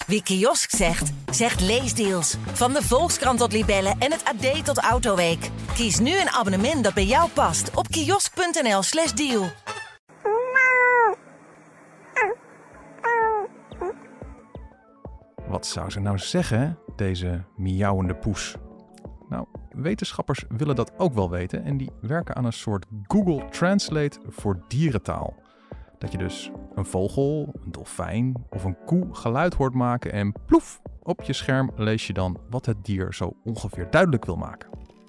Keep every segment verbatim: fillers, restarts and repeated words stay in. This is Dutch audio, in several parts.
Wie kiosk zegt, zegt leesdeals. Van de Volkskrant tot Libellen en het A D tot Autoweek. Kies nu een abonnement dat bij jou past op kiosk.nl slash deal. Wat zou ze nou zeggen, deze miauwende poes? Nou, wetenschappers willen dat ook wel weten en die werken aan een soort Google Translate voor dierentaal. Dat je dus een vogel, een dolfijn of een koe geluid hoort maken en ploef, op je scherm lees je dan wat het dier zo ongeveer duidelijk wil maken.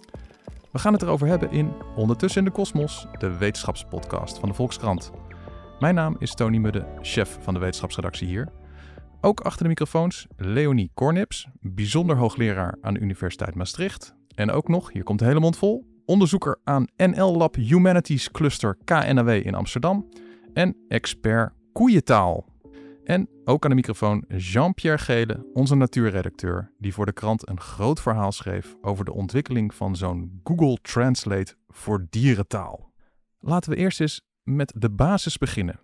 We gaan het erover hebben in Ondertussen in de Kosmos, de wetenschapspodcast van de Volkskrant. Mijn naam is Tony Mudde, chef van de wetenschapsredactie hier. Ook achter de microfoons Leonie Kornips, bijzonder hoogleraar aan de Universiteit Maastricht. En ook nog, hier komt de hele mond vol, onderzoeker aan N L Lab Humanities Cluster K N A W in Amsterdam. En expert koeientaal. En ook aan de microfoon Jean-Pierre Gele, onze natuurredacteur, die voor de krant een groot verhaal schreef over de ontwikkeling van zo'n Google Translate voor dierentaal. Laten we eerst eens met de basis beginnen.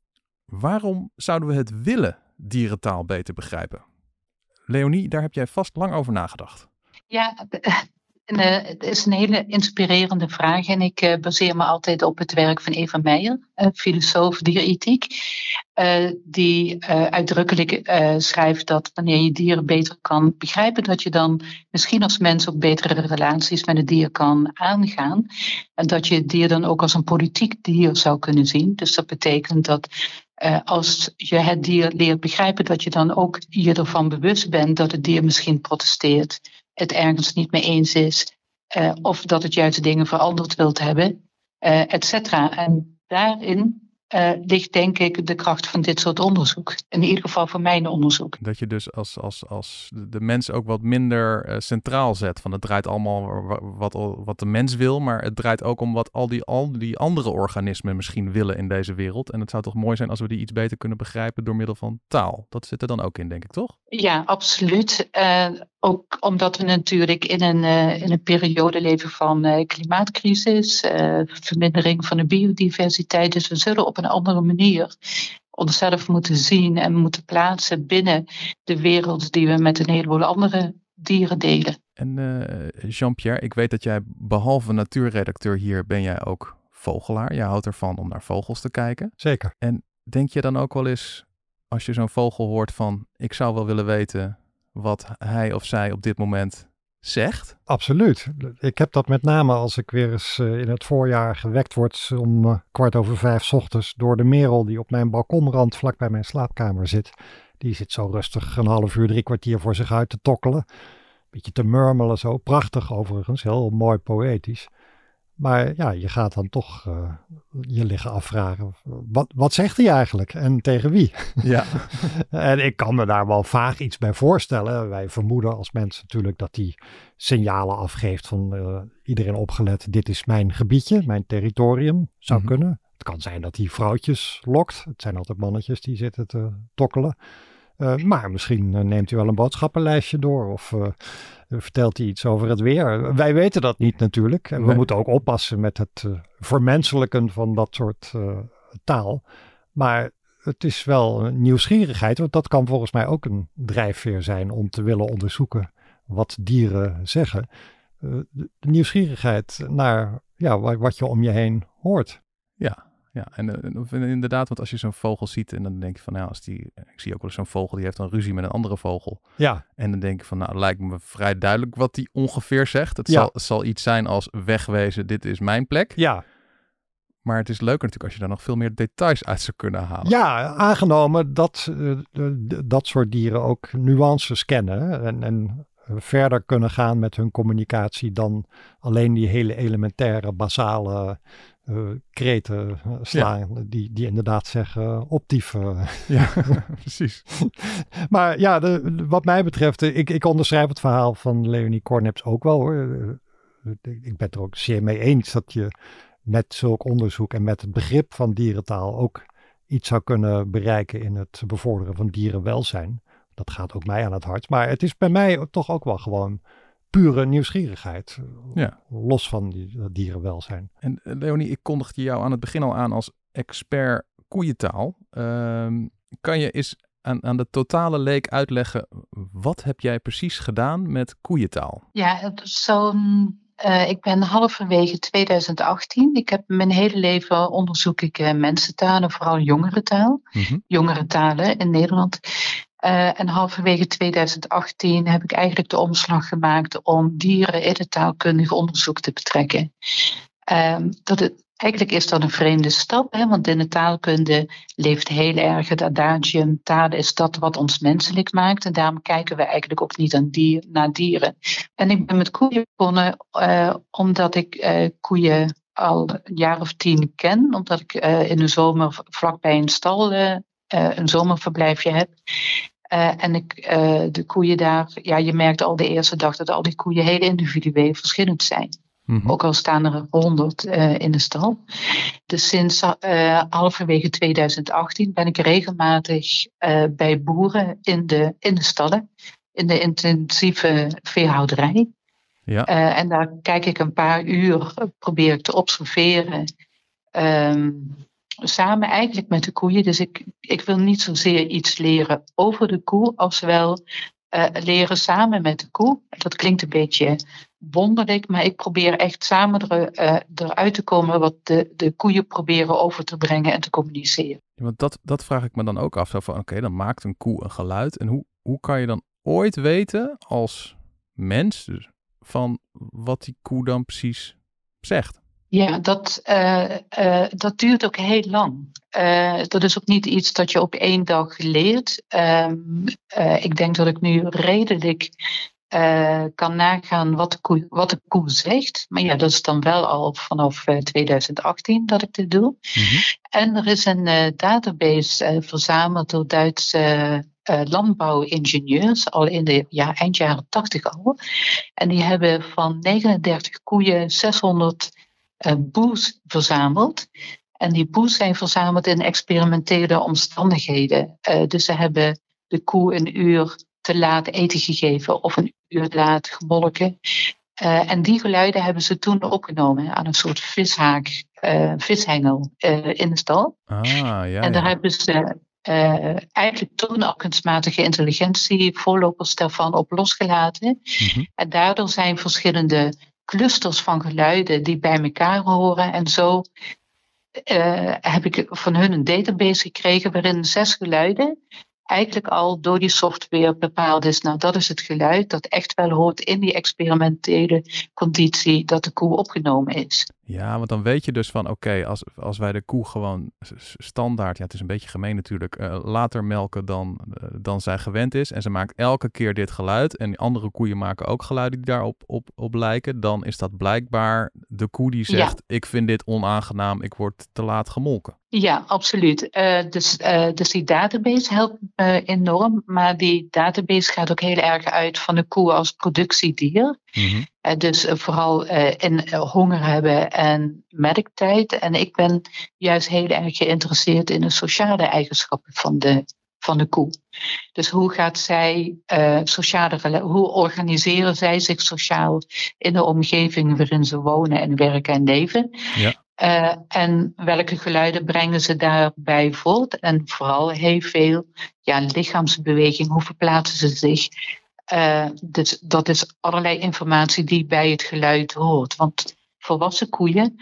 Waarom zouden we het willen, dierentaal beter begrijpen? Leonie, daar heb jij vast lang over nagedacht. Ja, en, uh, het is een hele inspirerende vraag en ik uh, baseer me altijd op het werk van Eva Meijer, uh, filosoof dierethiek, uh, die uh, uitdrukkelijk uh, schrijft dat wanneer je dieren beter kan begrijpen, dat je dan misschien als mens ook betere relaties met het dier kan aangaan en dat je het dier dan ook als een politiek dier zou kunnen zien. Dus dat betekent dat Uh, als je het dier leert begrijpen, dat je dan ook je ervan bewust bent dat het dier misschien protesteert, het ergens niet mee eens is, uh, of dat het juist dingen veranderd wilt hebben, uh, et cetera. En daarin uh, ligt denk ik de kracht van dit soort onderzoek. In ieder geval van mijn onderzoek. Dat je dus als, als, als de mens ook wat minder uh, centraal zet. Van het draait allemaal wat, wat de mens wil, maar het draait ook om wat al die, al die andere organismen misschien willen in deze wereld. En het zou toch mooi zijn als we die iets beter kunnen begrijpen door middel van taal. Dat zit er dan ook in, denk ik, toch? Ja, absoluut. Uh, ook omdat we natuurlijk in een, uh, in een periode leven van uh, klimaatcrisis, uh, vermindering van de biodiversiteit. Dus we zullen op een andere manier onszelf moeten zien en moeten plaatsen binnen de wereld die we met een heleboel andere dieren delen. En uh, Jean-Pierre, ik weet dat jij behalve natuurredacteur hier ben jij ook vogelaar. Jij houdt ervan om naar vogels te kijken. Zeker. En denk je dan ook wel eens, als je zo'n vogel hoort van, ik zou wel willen weten wat hij of zij op dit moment zegt? Absoluut. Ik heb dat met name als ik weer eens uh, in het voorjaar gewekt word om uh, kwart over vijf 's ochtends door de merel die op mijn balkonrand vlak bij mijn slaapkamer zit. Die zit zo rustig een half uur, drie kwartier voor zich uit te tokkelen. Beetje te murmelen zo. Prachtig overigens, heel mooi poëtisch. Maar ja, je gaat dan toch uh, je liggen afvragen, wat, wat zegt hij eigenlijk en tegen wie? Ja. En ik kan me daar wel vaag iets bij voorstellen. Wij vermoeden als mensen natuurlijk dat hij signalen afgeeft van uh, iedereen opgelet, dit is mijn gebiedje, mijn territorium, zou mm-hmm. kunnen. Het kan zijn dat hij vrouwtjes lokt. Het zijn altijd mannetjes die zitten te tokkelen. Uh, maar misschien uh, neemt hij wel een boodschappenlijstje door of uh, vertelt hij iets over het weer. Wij weten dat niet natuurlijk. En we nee. moeten ook oppassen met het uh, vermenselijken van dat soort uh, taal. Maar het is wel een nieuwsgierigheid, want dat kan volgens mij ook een drijfveer zijn om te willen onderzoeken wat dieren zeggen. Uh, de nieuwsgierigheid naar ja, wat je om je heen hoort. Ja. Ja, en uh, inderdaad, want als je zo'n vogel ziet en dan denk je van, nou, als die, ik zie ook wel eens zo'n vogel, die heeft dan ruzie met een andere vogel. Ja. En dan denk ik van, nou, het lijkt me vrij duidelijk wat die ongeveer zegt. Het, ja. zal, het zal iets zijn als wegwezen, dit is mijn plek. Ja. Maar het is leuker natuurlijk als je daar nog veel meer details uit zou kunnen halen. Ja, aangenomen dat uh, dat soort dieren ook nuances kennen en, en verder kunnen gaan met hun communicatie dan alleen die hele elementaire, basale uh, kreten slaan. Ja. Die, die inderdaad zeggen optief. Uh. Ja, precies. Maar ja, de, wat mij betreft, ik, ik onderschrijf het verhaal van Leonie Kornips ook wel hoor. Ik ben het er ook zeer mee eens dat je met zulk onderzoek en met het begrip van dierentaal ook iets zou kunnen bereiken in het bevorderen van dierenwelzijn. Dat gaat ook mij aan het hart. Maar het is bij mij toch ook wel gewoon pure nieuwsgierigheid. Ja. Los van die, dierenwelzijn. En Leonie, ik kondigde jou aan het begin al aan als expert koeientaal. Um, kan je eens aan, aan de totale leek uitleggen, wat heb jij precies gedaan met koeientaal? Ja, zo'n, uh, ik ben halverwege twintig achttien. Ik heb mijn hele leven onderzoek ik uh, mensentalen, vooral jongerentaal. Mm-hmm. Jongerentalen in Nederland. Uh, en halverwege twintig achttien heb ik eigenlijk de omslag gemaakt om dieren in het taalkundig onderzoek te betrekken. Um, dat het, eigenlijk is dat een vreemde stap, hè, want in de taalkunde leeft heel erg het adagium, taal is dat wat ons menselijk maakt. En daarom kijken we eigenlijk ook niet aan dier, naar dieren. En ik ben met koeien begonnen uh, omdat ik uh, koeien al een jaar of tien ken. Omdat ik uh, in de zomer vlakbij een stal uh, uh, een zomerverblijfje heb. Uh, en ik, uh, de koeien daar, ja, je merkt al de eerste dag dat al die koeien heel individueel verschillend zijn. Mm-hmm. Ook al staan er honderd uh, in de stal. Dus sinds uh, halverwege twintig achttien ben ik regelmatig uh, bij boeren in de, in de stallen, in de intensieve veehouderij. Ja. Uh, en daar kijk ik een paar uur, probeer ik te observeren. Um, samen eigenlijk met de koeien. Dus ik, ik wil niet zozeer iets leren over de koe, als wel uh, leren samen met de koe. Dat klinkt een beetje wonderlijk, maar ik probeer echt samen er, uh, eruit te komen wat de, de koeien proberen over te brengen en te communiceren. Ja, want dat, dat vraag ik me dan ook af. Zo van, oké, okay, dan maakt een koe een geluid. En hoe, hoe kan je dan ooit weten als mens dus, van wat die koe dan precies zegt? Ja, dat, uh, uh, dat duurt ook heel lang. Uh, dat is ook niet iets dat je op één dag leert. Um, uh, ik denk dat ik nu redelijk uh, kan nagaan wat de, koe, wat de koe zegt. Maar ja, dat is dan wel al vanaf uh, twintig achttien dat ik dit doe. Mm-hmm. En er is een uh, database uh, verzameld door Duitse uh, landbouwingenieurs, al in de ja, eind jaren tachtig al. En die hebben van negenendertig koeien zeshonderd Uh, boes verzameld. En die boes zijn verzameld in experimentele omstandigheden. Uh, dus ze hebben de koe een uur te laat eten gegeven of een uur laat gemolken. Uh, en die geluiden hebben ze toen opgenomen aan een soort vishaak, uh, vishengel uh, in de stal. Ah, ja, en daar ja. hebben ze uh, eigenlijk toen al kunstmatige intelligentie, voorlopers daarvan, op losgelaten. Mm-hmm. En daardoor zijn verschillende clusters van geluiden die bij elkaar horen. En zo uh, heb ik van hun een database gekregen waarin zes geluiden eigenlijk al door die software bepaald is. Nou, dat is het geluid dat echt wel hoort in die experimentele conditie dat de koe opgenomen is. Ja, want dan weet je dus van, oké, okay, als, als wij de koe gewoon standaard, ja, het is een beetje gemeen natuurlijk, uh, later melken dan, uh, dan zij gewend is. En ze maakt elke keer dit geluid. En andere koeien maken ook geluiden die daarop op, op lijken. Dan is dat blijkbaar de koe die zegt, ja, ik vind dit onaangenaam, ik word te laat gemolken. Ja, absoluut. Uh, dus, uh, dus die database helpt uh, enorm. Maar die database gaat ook heel erg uit van de koe als productiedier. Mm-hmm. Uh, dus uh, vooral uh, in uh, honger hebben en melktijd. En ik ben juist heel erg geïnteresseerd in de sociale eigenschappen van de, van de koe. Dus hoe gaat zij uh, sociale, hoe organiseren zij zich sociaal in de omgeving waarin ze wonen en werken en leven? Ja. Uh, en welke geluiden brengen ze daarbij voort? En vooral heel veel ja, lichaamsbeweging, hoe verplaatsen ze zich? Uh, dus dat is allerlei informatie die bij het geluid hoort. Want volwassen koeien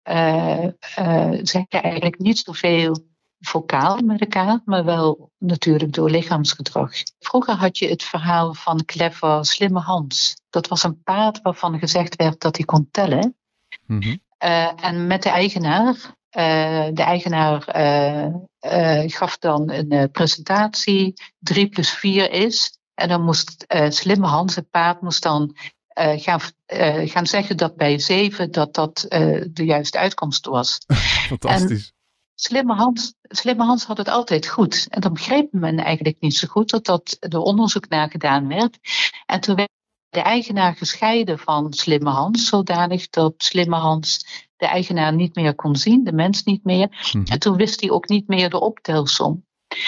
uh, uh, zeggen eigenlijk niet zoveel vocaal met elkaar, maar wel natuurlijk door lichaamsgedrag. Vroeger had je het verhaal van Clever Slimme Hans. Dat was een paard waarvan gezegd werd dat hij kon tellen. Mm-hmm. Uh, en met de eigenaar, uh, de eigenaar uh, uh, gaf dan een uh, presentatie, drie plus vier is. En dan moest uh, Slimme Hans, het paard, moest dan uh, gaan, uh, gaan zeggen dat bij zeven dat dat uh, de juiste uitkomst was. Fantastisch. En Slimme Hans, Slimme Hans had het altijd goed. En dat begreep men eigenlijk niet zo goed, totdat er onderzoek naar gedaan werd. En toen werd de eigenaar gescheiden van Slimme Hans, zodanig dat Slimme Hans de eigenaar niet meer kon zien, de mens niet meer. Mm-hmm. En toen wist hij ook niet meer de optelsom.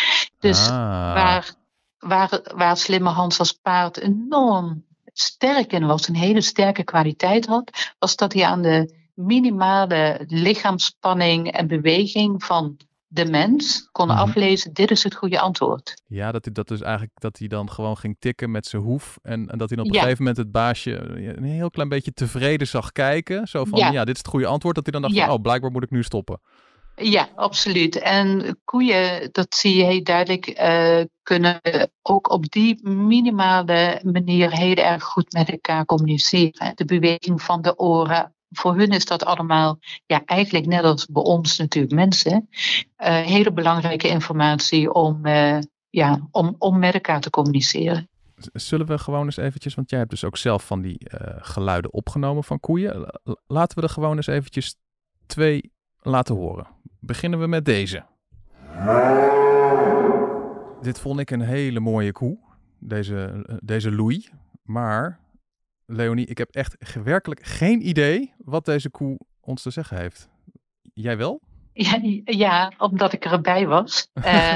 Dus ah. waar, waar, waar Slimme Hans als paard enorm sterk in was, een hele sterke kwaliteit had, was dat hij aan de minimale lichaamsspanning en beweging van de mens konden Mhm. aflezen, dit is het goede antwoord. Ja, dat hij dat dus eigenlijk dat hij dan gewoon ging tikken met zijn hoef. En, en dat hij dan op een Ja. gegeven moment het baasje een heel klein beetje tevreden zag kijken. Zo van, ja, Ja. dit is het goede antwoord. Dat hij dan dacht Ja. van, oh, blijkbaar moet ik nu stoppen. Ja, absoluut. En koeien, dat zie je heel duidelijk, uh, kunnen ook op die minimale manier heel erg goed met elkaar communiceren. De beweging van de oren. Voor hun is dat allemaal, ja, eigenlijk net als bij ons natuurlijk mensen, uh, hele belangrijke informatie om, uh, ja, om, om met elkaar te communiceren. Zullen we gewoon eens eventjes, want jij hebt dus ook zelf van die uh, geluiden opgenomen van koeien. Laten we er gewoon eens eventjes twee laten horen. Beginnen we met deze. Dit vond ik een hele mooie koe, deze, deze Louis. Maar, Leonie, ik heb echt werkelijk geen idee wat deze koe ons te zeggen heeft. Jij wel? Ja, ja, omdat ik erbij was. uh,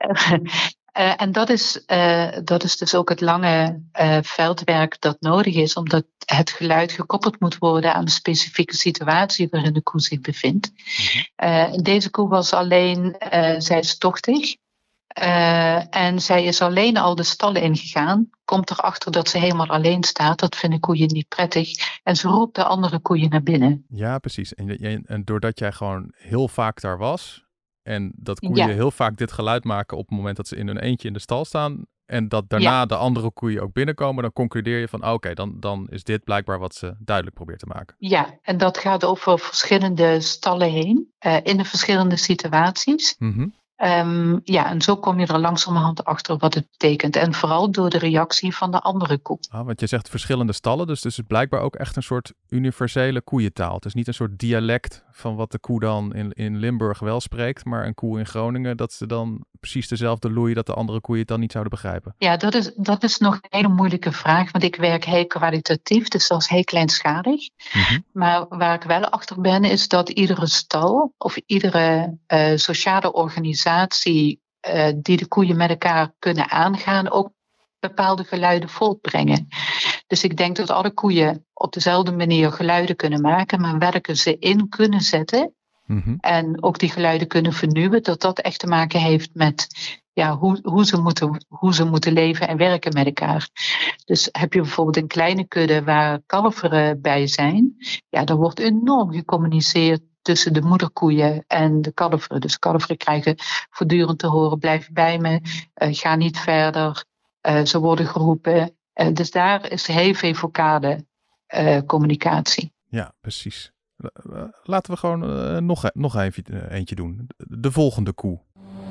Uh, en dat is, uh, dat is dus ook het lange uh, veldwerk dat nodig is, omdat het geluid gekoppeld moet worden aan de specifieke situatie waarin de koe zich bevindt. Uh, deze koe was alleen, uh, zij is tochtig uh, en zij is alleen al de stallen ingegaan, komt erachter dat ze helemaal alleen staat. Dat vinden koeien niet prettig en ze roept de andere koeien naar binnen. Ja, precies. En, en doordat jij gewoon heel vaak daar was, en dat koeien ja. heel vaak dit geluid maken op het moment dat ze in hun eentje in de stal staan. En dat daarna ja. de andere koeien ook binnenkomen. Dan concludeer je van oké, okay, dan, dan is dit blijkbaar wat ze duidelijk probeert te maken. Ja, en dat gaat over verschillende stallen heen. Uh, in de verschillende situaties. Mm-hmm. Um, ja, en zo kom je er langzamerhand achter wat het betekent. En vooral door de reactie van de andere koe. Ah, want je zegt verschillende stallen, dus het is blijkbaar ook echt een soort universele koeientaal. Het is niet een soort dialect van wat de koe dan in, in Limburg wel spreekt, maar een koe in Groningen, dat ze dan precies dezelfde loei, dat de andere koeien het dan niet zouden begrijpen. Ja, dat is, dat is nog een hele moeilijke vraag, want ik werk heel kwalitatief, dus dat is heel kleinschalig. Mm-hmm. Maar waar ik wel achter ben, is dat iedere stal of iedere uh, sociale organisatie Uh, die de koeien met elkaar kunnen aangaan, ook bepaalde geluiden voortbrengen. Dus ik denk dat alle koeien op dezelfde manier geluiden kunnen maken, maar welke ze in kunnen zetten mm-hmm. en ook die geluiden kunnen vernieuwen, dat dat echt te maken heeft met ja, hoe, hoe, ze moeten, hoe ze moeten leven en werken met elkaar. Dus heb je bijvoorbeeld een kleine kudde waar kalveren bij zijn, ja, dan wordt enorm gecommuniceerd tussen de moederkoeien en de kalveren. Dus kalveren krijgen voortdurend te horen, blijf bij me, uh, ga niet verder. Uh, ze worden geroepen. Uh, dus daar is heel veel vocale uh, communicatie. Ja, precies. Laten we gewoon uh, nog, nog even, uh, eentje doen. De volgende koe.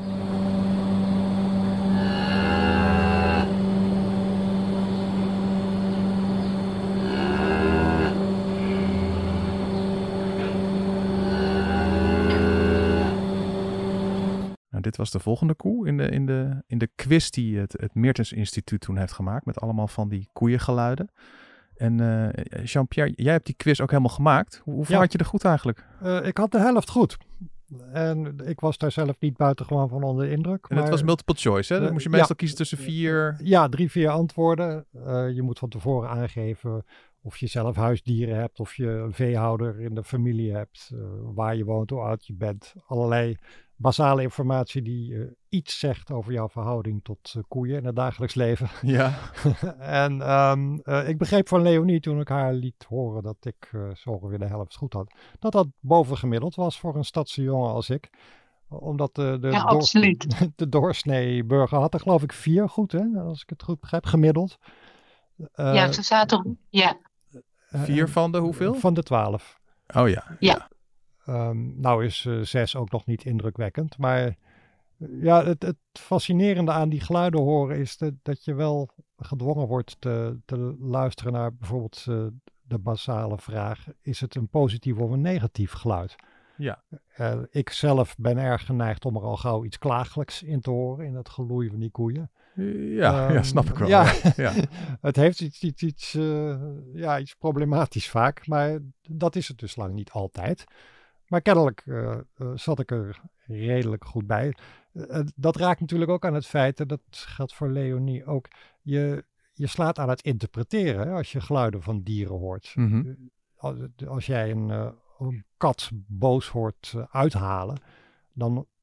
Nou, dit was de volgende koe in de, in de, in de quiz die het, het Meertens Instituut toen heeft gemaakt. Met allemaal van die koeiengeluiden. En uh, Jean-Pierre, jij hebt die quiz ook helemaal gemaakt. Hoe, hoe ja. had je er goed eigenlijk? Uh, ik had de helft goed. En ik was daar zelf niet buitengewoon van onder de indruk. En maar, het was multiple choice, hè? Dan moest je meestal ja, kiezen tussen vier... Ja, drie, vier antwoorden. Uh, je moet van tevoren aangeven of je zelf huisdieren hebt, of je een veehouder in de familie hebt, uh, waar je woont, hoe oud je bent. Allerlei basale informatie die uh, iets zegt over jouw verhouding tot uh, koeien in het dagelijks leven. Ja. en um, uh, ik begreep van Leonie toen ik haar liet horen dat ik uh, zo ongeveer de helft goed had, dat dat bovengemiddeld was voor een stadse jongen als ik. Omdat de, de, ja, door, absoluut. de doorsnee burger had er geloof ik vier goed, hè, als ik het goed begrijp, gemiddeld. Uh, ja, ze zaten er, ja. Vier uh, van de hoeveel? Van de twaalf. Oh ja. Ja. Um, nou is uh, zes ook nog niet indrukwekkend, maar uh, ja, het, het fascinerende aan die geluiden horen is de, dat je wel gedwongen wordt te, te luisteren naar bijvoorbeeld uh, de basale vraag, is het een positief of een negatief geluid? Ja. Uh, ik zelf ben erg geneigd om er al gauw iets klagelijks in te horen in het geloei van die koeien. Ja, um, ja snap ik wel. Ja, ja. Het heeft iets, iets, iets, uh, ja, iets problematisch vaak, maar dat is het dus lang niet altijd. Maar kennelijk uh, uh, zat ik er redelijk goed bij. Uh, dat raakt natuurlijk ook aan het feit, en dat geldt voor Leonie ook, je, je slaat aan het interpreteren hè, als je geluiden van dieren hoort. Mm-hmm. Als, als jij een, uh, een kat boos hoort uh, uithalen, dan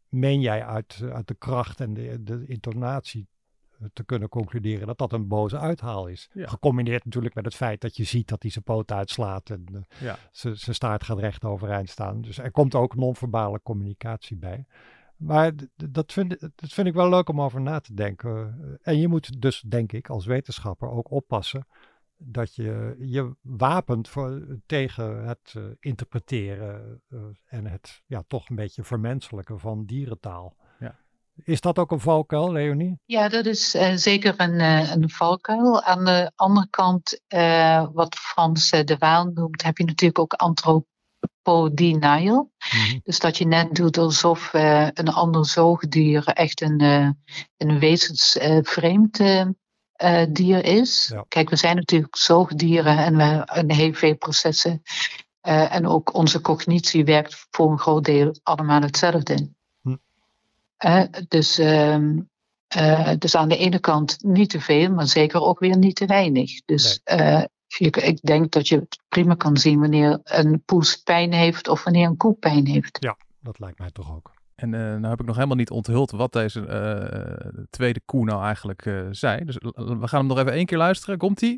meen jij uit, uit de kracht en de, de intonatie te kunnen concluderen dat dat een boze uithaal is. Ja. Gecombineerd natuurlijk met het feit dat je ziet dat hij zijn poot uitslaat en uh, ja. zijn staart gaat recht overeind staan. Dus er komt ook non-verbale communicatie bij. Maar d- dat, vind, dat vind ik wel leuk om over na te denken. En je moet dus, denk ik, als wetenschapper ook oppassen dat je je wapent voor, tegen het uh, interpreteren uh, en het ja, toch een beetje vermenselijken van dierentaal. Ja. Is dat ook een valkuil, Leonie? Ja, dat is uh, zeker een, uh, een valkuil. Aan de andere kant, uh, wat Frans uh, de Waal noemt, heb je natuurlijk ook anthropodenial. Mm-hmm. Dus dat je net doet alsof uh, een ander zoogdier echt een, uh, een wezensvreemd uh, uh, dier is. Ja. Kijk, we zijn natuurlijk zoogdieren en we hebben heel veel processen. Uh, en ook onze cognitie werkt voor een groot deel allemaal hetzelfde. Uh, dus, uh, uh, dus aan de ene kant niet te veel, maar zeker ook weer niet te weinig. Dus nee. uh, je, ik denk dat je het prima kan zien wanneer een poes pijn heeft of wanneer een koe pijn heeft. Ja, dat lijkt mij toch ook. En uh, nou heb ik nog helemaal niet onthuld wat deze uh, tweede koe nou eigenlijk uh, zei. Dus we gaan hem nog even één keer luisteren. Komt-ie?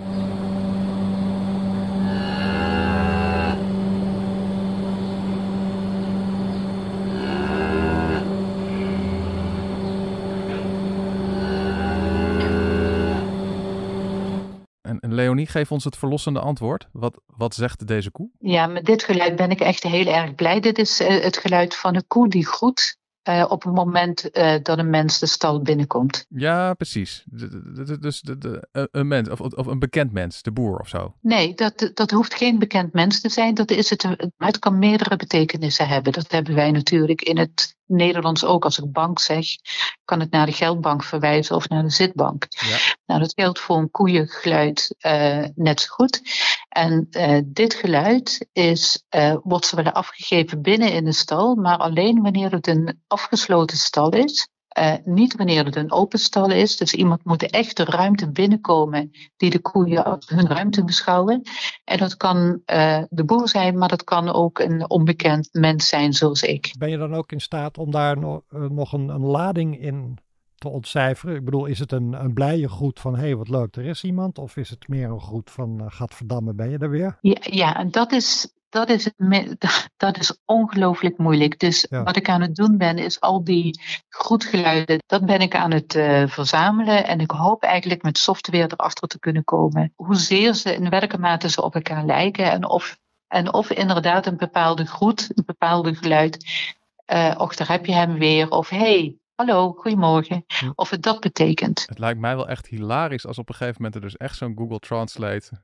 En Leonie, geef ons het verlossende antwoord. Wat, wat zegt deze koe? Ja, met dit geluid ben ik echt heel erg blij. Dit is uh, het geluid van een koe die groet uh, op het moment uh, dat een mens de stal binnenkomt. Ja, precies. Dus een mens, of, of een bekend mens, de boer of zo. Nee, dat, dat hoeft geen bekend mens te zijn. Dat is het, het kan meerdere betekenissen hebben. Dat hebben wij natuurlijk in het Nederlands ook. Als ik bank zeg, kan het naar de geldbank verwijzen of naar de zitbank. Ja. Nou, dat geldt voor een koeiengeluid uh, net zo goed. En uh, dit geluid is, uh, wordt zowel afgegeven binnen in de stal, maar alleen wanneer het een afgesloten stal is. Uh, niet wanneer het een open stal is. Dus iemand moet echt de ruimte binnenkomen die de koeien als hun ruimte beschouwen. En dat kan uh, de boer zijn, maar dat kan ook een onbekend mens zijn zoals ik. Ben je dan ook in staat om daar no- uh, nog een, een lading in te ontcijferen? Ik bedoel, is het een, een blije groet van hé, hey, wat leuk, er is iemand? Of is het meer een groet van uh, gadverdamme, ben je er weer? Ja, ja, en dat is... Dat is, dat is ongelooflijk moeilijk. Dus ja. Wat ik aan het doen ben, is al die groetgeluiden, dat ben ik aan het uh, verzamelen. En ik hoop eigenlijk met software erachter te kunnen komen hoezeer ze, in welke mate ze op elkaar lijken. En of, en of inderdaad een bepaalde groet, een bepaalde geluid, uh, och, daar heb je hem weer. Of hey, hallo, goedemorgen. Hm. Of het dat betekent. Het lijkt mij wel echt hilarisch als op een gegeven moment er dus echt zo'n Google Translate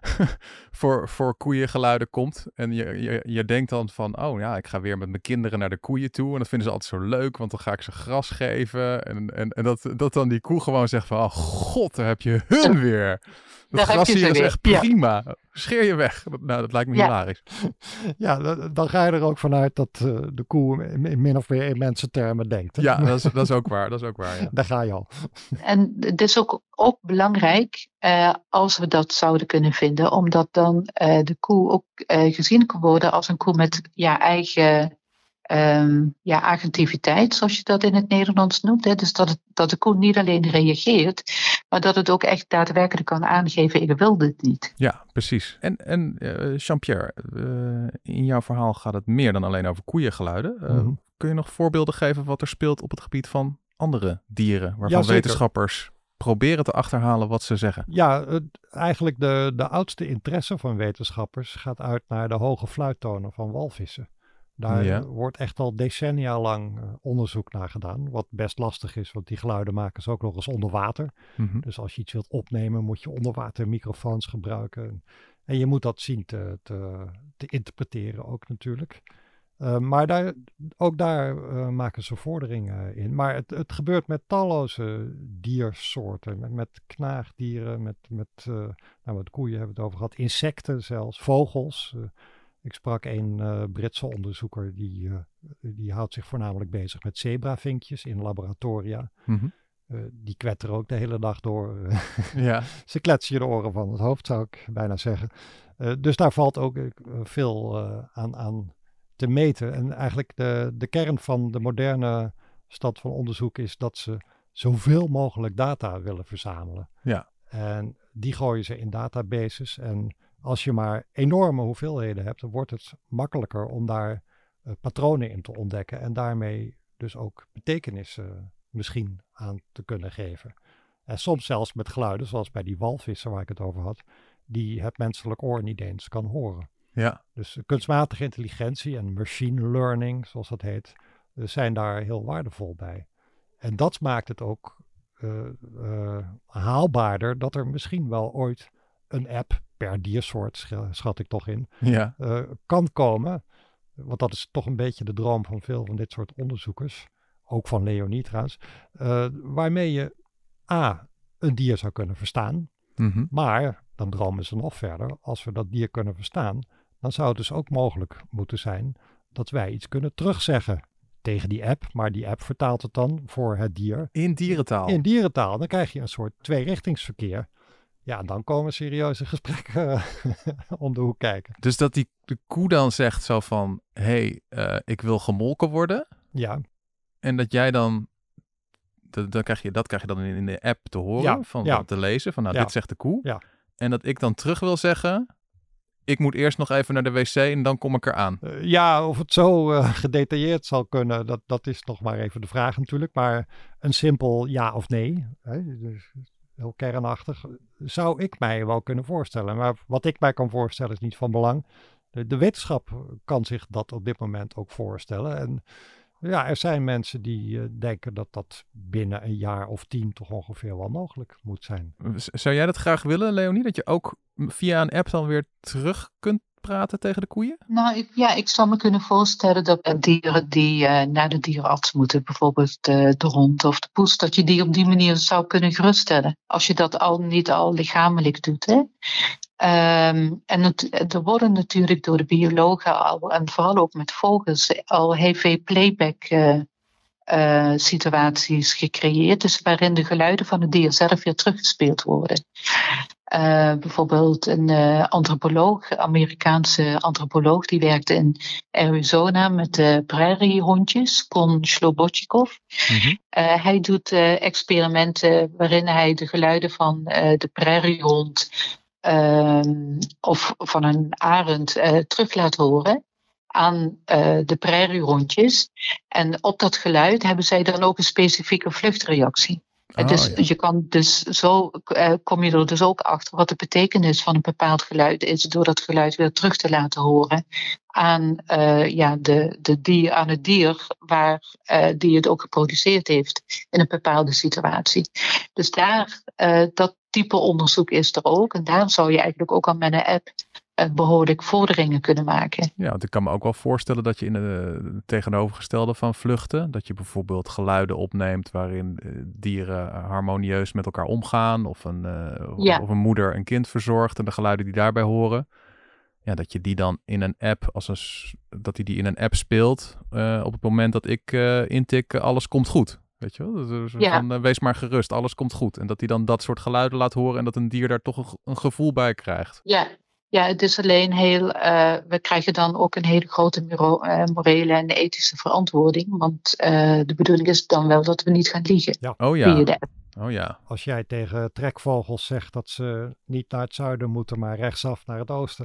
voor, voor koeiengeluiden komt. En je, je, je denkt dan van, oh ja, ik ga weer met mijn kinderen naar de koeien toe. En dat vinden ze altijd zo leuk, want dan ga ik ze gras geven. En, en, en dat, dat dan die koe gewoon zegt van, oh god, daar heb je hun weer. Dat daar gras hier is weer. echt prima. Ja. Scheer je weg. Nou, dat lijkt me ja. hilarisch. Ja, dan, dan ga je er ook vanuit dat uh, de koe in min of meer in mensentermen denkt. Hè? Ja, dat is, dat is ook waar. Dat is ook waar, ja. Daar ga je al. En het is ook, ook belangrijk uh, als we dat zouden kunnen vinden, omdat dan uh, de koe ook uh, gezien kan worden als een koe met ja, eigen um, ja, agentiviteit, zoals je dat in het Nederlands noemt. Hè? Dus dat, het, dat de koe niet alleen reageert, maar dat het ook echt daadwerkelijk kan aangeven, ik wil dit niet. Ja, precies. En, en uh, Jean-Pierre, uh, in jouw verhaal gaat het meer dan alleen over koeiengeluiden. Uh, mm-hmm. Kun je nog voorbeelden geven wat er speelt op het gebied van andere dieren, waarvan ja, wetenschappers proberen te achterhalen wat ze zeggen? Ja, uh, eigenlijk de, de oudste interesse van wetenschappers gaat uit naar de hoge fluittonen van walvissen. Daar ja. wordt echt al decennia lang uh, onderzoek naar gedaan. Wat best lastig is, want die geluiden maken ze ook nog eens onder water. Mm-hmm. Dus als je iets wilt opnemen, moet je onderwater microfoons gebruiken. En je moet dat zien te, te, te interpreteren ook natuurlijk. Uh, maar daar, ook daar uh, maken ze vorderingen in. Maar het, het gebeurt met talloze diersoorten. Met, met knaagdieren, met, met, uh, nou, met koeien hebben we het over gehad. Insecten zelfs, vogels. Uh, Ik sprak een uh, Britse onderzoeker die, uh, die houdt zich voornamelijk bezig met zebravinkjes in laboratoria. Mm-hmm. Uh, die kwetteren ook de hele dag door. Ja. Ze kletsen je de oren van het hoofd, zou ik bijna zeggen. Uh, dus daar valt ook uh, veel uh, aan, aan te meten. En eigenlijk de, de kern van de moderne stand van onderzoek is dat ze zoveel mogelijk data willen verzamelen. Ja. En die gooien ze in databases. En als je maar enorme hoeveelheden hebt, dan wordt het makkelijker om daar uh, patronen in te ontdekken. En daarmee dus ook betekenis uh, misschien aan te kunnen geven. En soms zelfs met geluiden, zoals bij die walvissen waar ik het over had, die het menselijk oor niet eens kan horen. Ja. Dus kunstmatige intelligentie en machine learning, zoals dat heet, uh, zijn daar heel waardevol bij. En dat maakt het ook uh, uh, haalbaarder dat er misschien wel ooit een app per diersoort, schat ik toch in, ja. uh, kan komen. Want dat is toch een beetje de droom van veel van dit soort onderzoekers. Ook van Leonie trouwens. Uh, waarmee je A, een dier zou kunnen verstaan. Mm-hmm. Maar, dan dromen ze nog verder. Als we dat dier kunnen verstaan, dan zou het dus ook mogelijk moeten zijn dat wij iets kunnen terugzeggen tegen die app. Maar die app vertaalt het dan voor het dier. In dierentaal. In dierentaal. Dan krijg je een soort tweerichtingsverkeer. Ja, dan komen serieuze gesprekken om de hoek kijken. Dus dat die de koe dan zegt zo van, hé, hey, uh, ik wil gemolken worden. Ja. En dat jij dan, dat, dan krijg je, dat krijg je dan in, in de app te horen, ja, van, ja. van te lezen, van nou, ja. dit zegt de koe. Ja. En dat ik dan terug wil zeggen, ik moet eerst nog even naar de wc en dan kom ik eraan. Uh, ja, of het zo uh, gedetailleerd zal kunnen, dat, dat is nog maar even de vraag natuurlijk. Maar een simpel ja of nee, hè, dus heel kernachtig, zou ik mij wel kunnen voorstellen. Maar wat ik mij kan voorstellen is niet van belang. De, de wetenschap kan zich dat op dit moment ook voorstellen. En ja, er zijn mensen die uh, denken dat dat binnen een jaar of tien toch ongeveer wel mogelijk moet zijn. Zou jij dat graag willen, Leonie? Dat je ook via een app dan weer terug kunt praten tegen de koeien? Nou, ik, ja, ik zou me kunnen voorstellen dat dieren die uh, naar de dierenarts moeten, bijvoorbeeld uh, de hond of de poes, dat je die op die manier zou kunnen geruststellen. Als je dat al niet al lichamelijk doet, hè. Um, en het, er worden natuurlijk door de biologen al, en vooral ook met vogels, al H V-playback uh, uh, situaties gecreëerd, dus waarin de geluiden van het dier zelf weer teruggespeeld worden. Uh, bijvoorbeeld een uh, antropoloog, Amerikaanse antropoloog, die werkte in Arizona met uh, prairiehondjes, Kon Slobodchikov. Mm-hmm. Uh, hij doet uh, experimenten waarin hij de geluiden van uh, de prairiehond uh, of van een arend uh, terug laat horen aan uh, de prairiehondjes. En op dat geluid hebben zij dan ook een specifieke vluchtreactie. Oh, dus ja. je kan dus zo uh, kom je er dus ook achter wat de betekenis van een bepaald geluid is, door dat geluid weer terug te laten horen aan, uh, ja, de, de dier, aan het dier waar uh, die het ook geproduceerd heeft in een bepaalde situatie. Dus daar, uh, dat type onderzoek is er ook. En daar zou je eigenlijk ook al met een app behoorlijk vorderingen kunnen maken. Ja, want ik kan me ook wel voorstellen dat je in het tegenovergestelde van vluchten, dat je bijvoorbeeld geluiden opneemt waarin dieren harmonieus met elkaar omgaan, of een, uh, ja. of een moeder een kind verzorgt en de geluiden die daarbij horen. Ja, dat je die dan in een app, als een, dat die die in een app speelt, uh, op het moment dat ik uh, intik, uh, alles komt goed. Weet je wel? Dus ja. van, uh, wees maar gerust, alles komt goed. En dat die dan dat soort geluiden laat horen en dat een dier daar toch een, een gevoel bij krijgt. Ja. Ja, het is alleen heel, uh, we krijgen dan ook een hele grote miro, uh, morele en ethische verantwoording. Want uh, de bedoeling is dan wel dat we niet gaan liegen. Ja. Oh ja. Via de app. Oh ja. Als jij tegen trekvogels zegt dat ze niet naar het zuiden moeten, maar rechtsaf naar het oosten,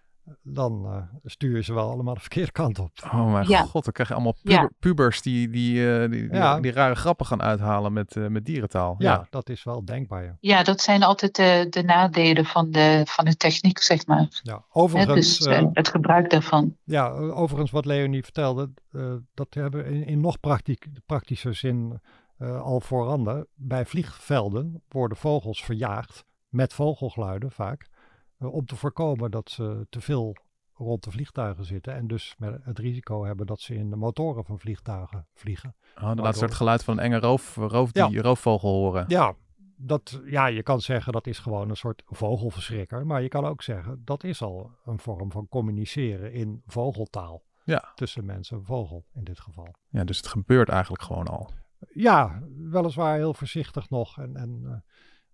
dan uh, stuur je ze wel allemaal de verkeerde kant op. Oh mijn ja. god, dan krijg je allemaal puber, ja. pubers die die, uh, die, die, ja. die rare grappen gaan uithalen met, uh, met dierentaal. Ja, ja, dat is wel denkbaar. Ja, ja dat zijn altijd de, de nadelen van de, van de techniek, zeg maar. Ja, overigens, He, dus, uh, het gebruik daarvan. Ja, overigens wat Leonie vertelde, uh, dat hebben we in, in nog praktiek, praktische zin uh, al voorhanden. Bij vliegvelden worden vogels verjaagd, met vogelgeluiden vaak, Uh, om te voorkomen dat ze te veel rond de vliegtuigen zitten en dus met het risico hebben dat ze in de motoren van vliegtuigen vliegen. Oh, dan laat ze het geluid van een enge roof, roof, die, ja. roofvogel horen. Ja, dat, ja, je kan zeggen dat is gewoon een soort vogelverschrikker, maar je kan ook zeggen dat is al een vorm van communiceren in vogeltaal. Ja. Tussen mens en vogel in dit geval. Ja, dus het gebeurt eigenlijk gewoon al. Ja, weliswaar heel voorzichtig nog en... en uh,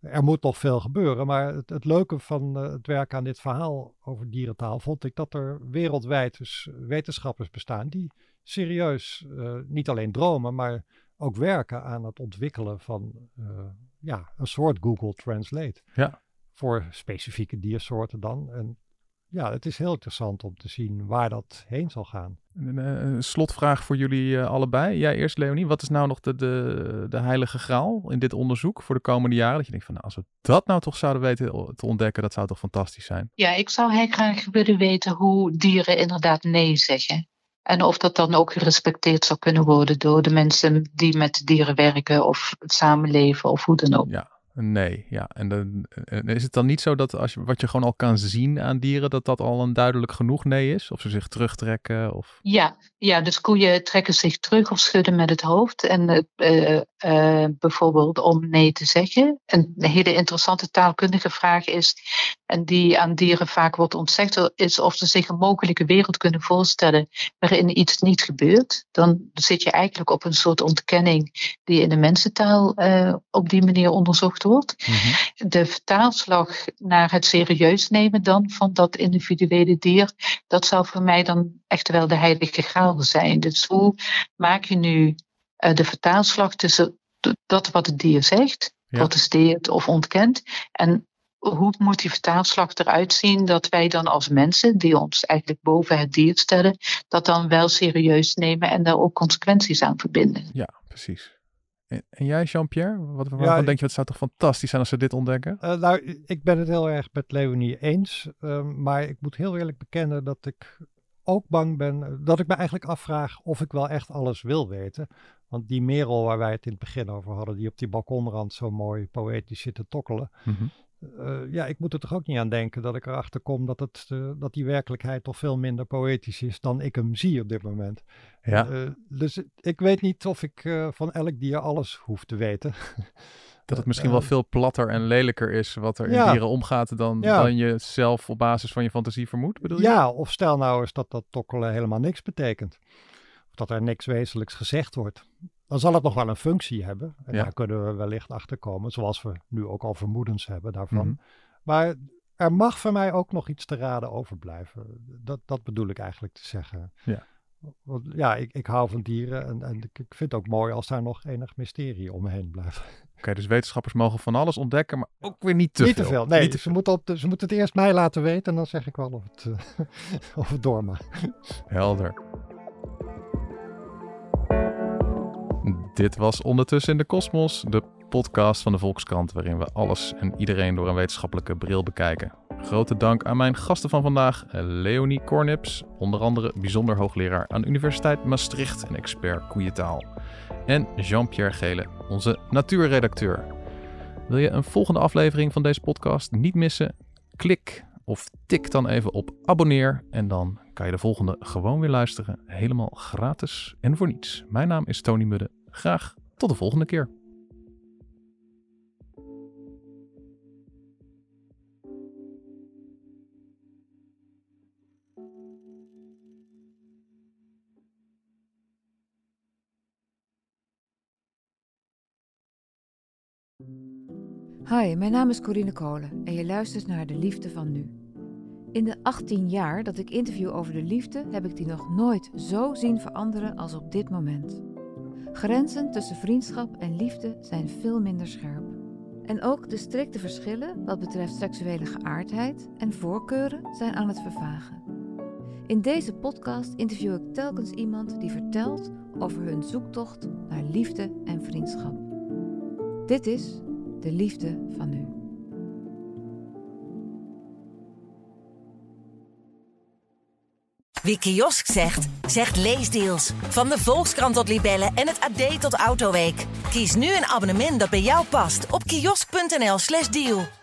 er moet nog veel gebeuren. Maar het, het leuke van uh, het werk aan dit verhaal over dierentaal vond ik dat er wereldwijd dus wetenschappers bestaan die serieus uh, niet alleen dromen, maar ook werken aan het ontwikkelen van uh, ja, een soort Google Translate. Ja. Voor specifieke diersoorten dan. En ja, het is heel interessant om te zien waar dat heen zal gaan. Een, een slotvraag voor jullie uh, allebei. Jij eerst, Leonie. Wat is nou nog de, de, de heilige graal in dit onderzoek voor de komende jaren? Dat je denkt van, nou, als we dat nou toch zouden weten te ontdekken, dat zou toch fantastisch zijn? Ja, ik zou heel graag willen weten hoe dieren inderdaad nee zeggen. En of dat dan ook gerespecteerd zou kunnen worden door de mensen die met dieren werken of het samenleven of hoe dan ook. Ja. Nee, ja. En dan is het dan niet zo dat als je, wat je gewoon al kan zien aan dieren, dat dat al een duidelijk genoeg nee is? Of ze zich terugtrekken? Of... Ja, ja, dus koeien trekken zich terug of schudden met het hoofd. En uh, uh, bijvoorbeeld om nee te zeggen. Een hele interessante taalkundige vraag is, en die aan dieren vaak wordt ontzegd, is of ze zich een mogelijke wereld kunnen voorstellen waarin iets niet gebeurt. Dan zit je eigenlijk op een soort ontkenning die in de mensentaal uh, op die manier onderzocht wordt. Mm-hmm. De vertaalslag naar het serieus nemen dan van dat individuele dier, dat zou voor mij dan echt wel de heilige graal zijn. Dus hoe maak je nu uh, de vertaalslag tussen dat wat het dier zegt, ja. protesteert of ontkent, en hoe moet die vertaalslag eruit zien dat wij dan als mensen, die ons eigenlijk boven het dier stellen, dat dan wel serieus nemen en daar ook consequenties aan verbinden? Ja, precies. En, en jij, Jean-Pierre? Wat, wat ja, denk je, het zou toch fantastisch zijn als ze dit ontdekken? Uh, nou, ik ben het heel erg met Leonie eens. Uh, maar ik moet heel eerlijk bekennen dat ik ook bang ben, dat ik me eigenlijk afvraag of ik wel echt alles wil weten. Want die merel waar wij het in het begin over hadden, die op die balkonrand zo mooi poëtisch zit te tokkelen. Mm-hmm. Uh, ja, ik moet er toch ook niet aan denken dat ik erachter kom dat, het, uh, dat die werkelijkheid toch veel minder poëtisch is dan ik hem zie op dit moment. Ja. Uh, dus ik weet niet of ik uh, van elk dier alles hoef te weten. Dat het misschien uh, wel veel platter en lelijker is wat er ja. in dieren omgaat dan, ja. dan je zelf op basis van je fantasie vermoedt, bedoel je? Ja, of stel nou eens dat dat tokkelen helemaal niks betekent. Of dat er niks wezenlijks gezegd wordt. Dan zal het nog wel een functie hebben. En ja. daar kunnen we wellicht achter komen. Zoals we nu ook al vermoedens hebben daarvan. Mm-hmm. Maar er mag voor mij ook nog iets te raden overblijven. Dat, dat bedoel ik eigenlijk te zeggen. Ja, Want, ja ik, ik hou van dieren. En, en ik vind het ook mooi als daar nog enig mysterie omheen blijft. Oké, okay, dus wetenschappers mogen van alles ontdekken, maar ook weer niet te niet veel. Te veel. Nee, niet te ze, veel. Moeten op de, ze moeten het eerst mij laten weten. En dan zeg ik wel of het, uh, of het door mag. Helder. Dit was Ondertussen in de Kosmos, de podcast van de Volkskrant, waarin we alles en iedereen door een wetenschappelijke bril bekijken. Grote dank aan mijn gasten van vandaag, Leonie Kornips, onder andere bijzonder hoogleraar aan de Universiteit Maastricht en expert koeientaal. En Jean-Pierre Gele, onze natuurredacteur. Wil je een volgende aflevering van deze podcast niet missen? Klik of tik dan even op abonneer en dan kan je de volgende gewoon weer luisteren. Helemaal gratis en voor niets. Mijn naam is Tony Mudde. Graag tot de volgende keer. Hi, mijn naam is Corine Kolen en je luistert naar De Liefde van Nu. In de achttien jaar dat ik interview over de liefde heb ik die nog nooit zo zien veranderen als op dit moment. Grenzen tussen vriendschap en liefde zijn veel minder scherp. En ook de strikte verschillen wat betreft seksuele geaardheid en voorkeuren zijn aan het vervagen. In deze podcast interview ik telkens iemand die vertelt over hun zoektocht naar liefde en vriendschap. Dit is De Liefde van Nu. Wie kiosk zegt, zegt leesdeals. Van de Volkskrant tot Libellen en het A D tot Autoweek. Kies nu een abonnement dat bij jou past op kiosk punt n l slash deal.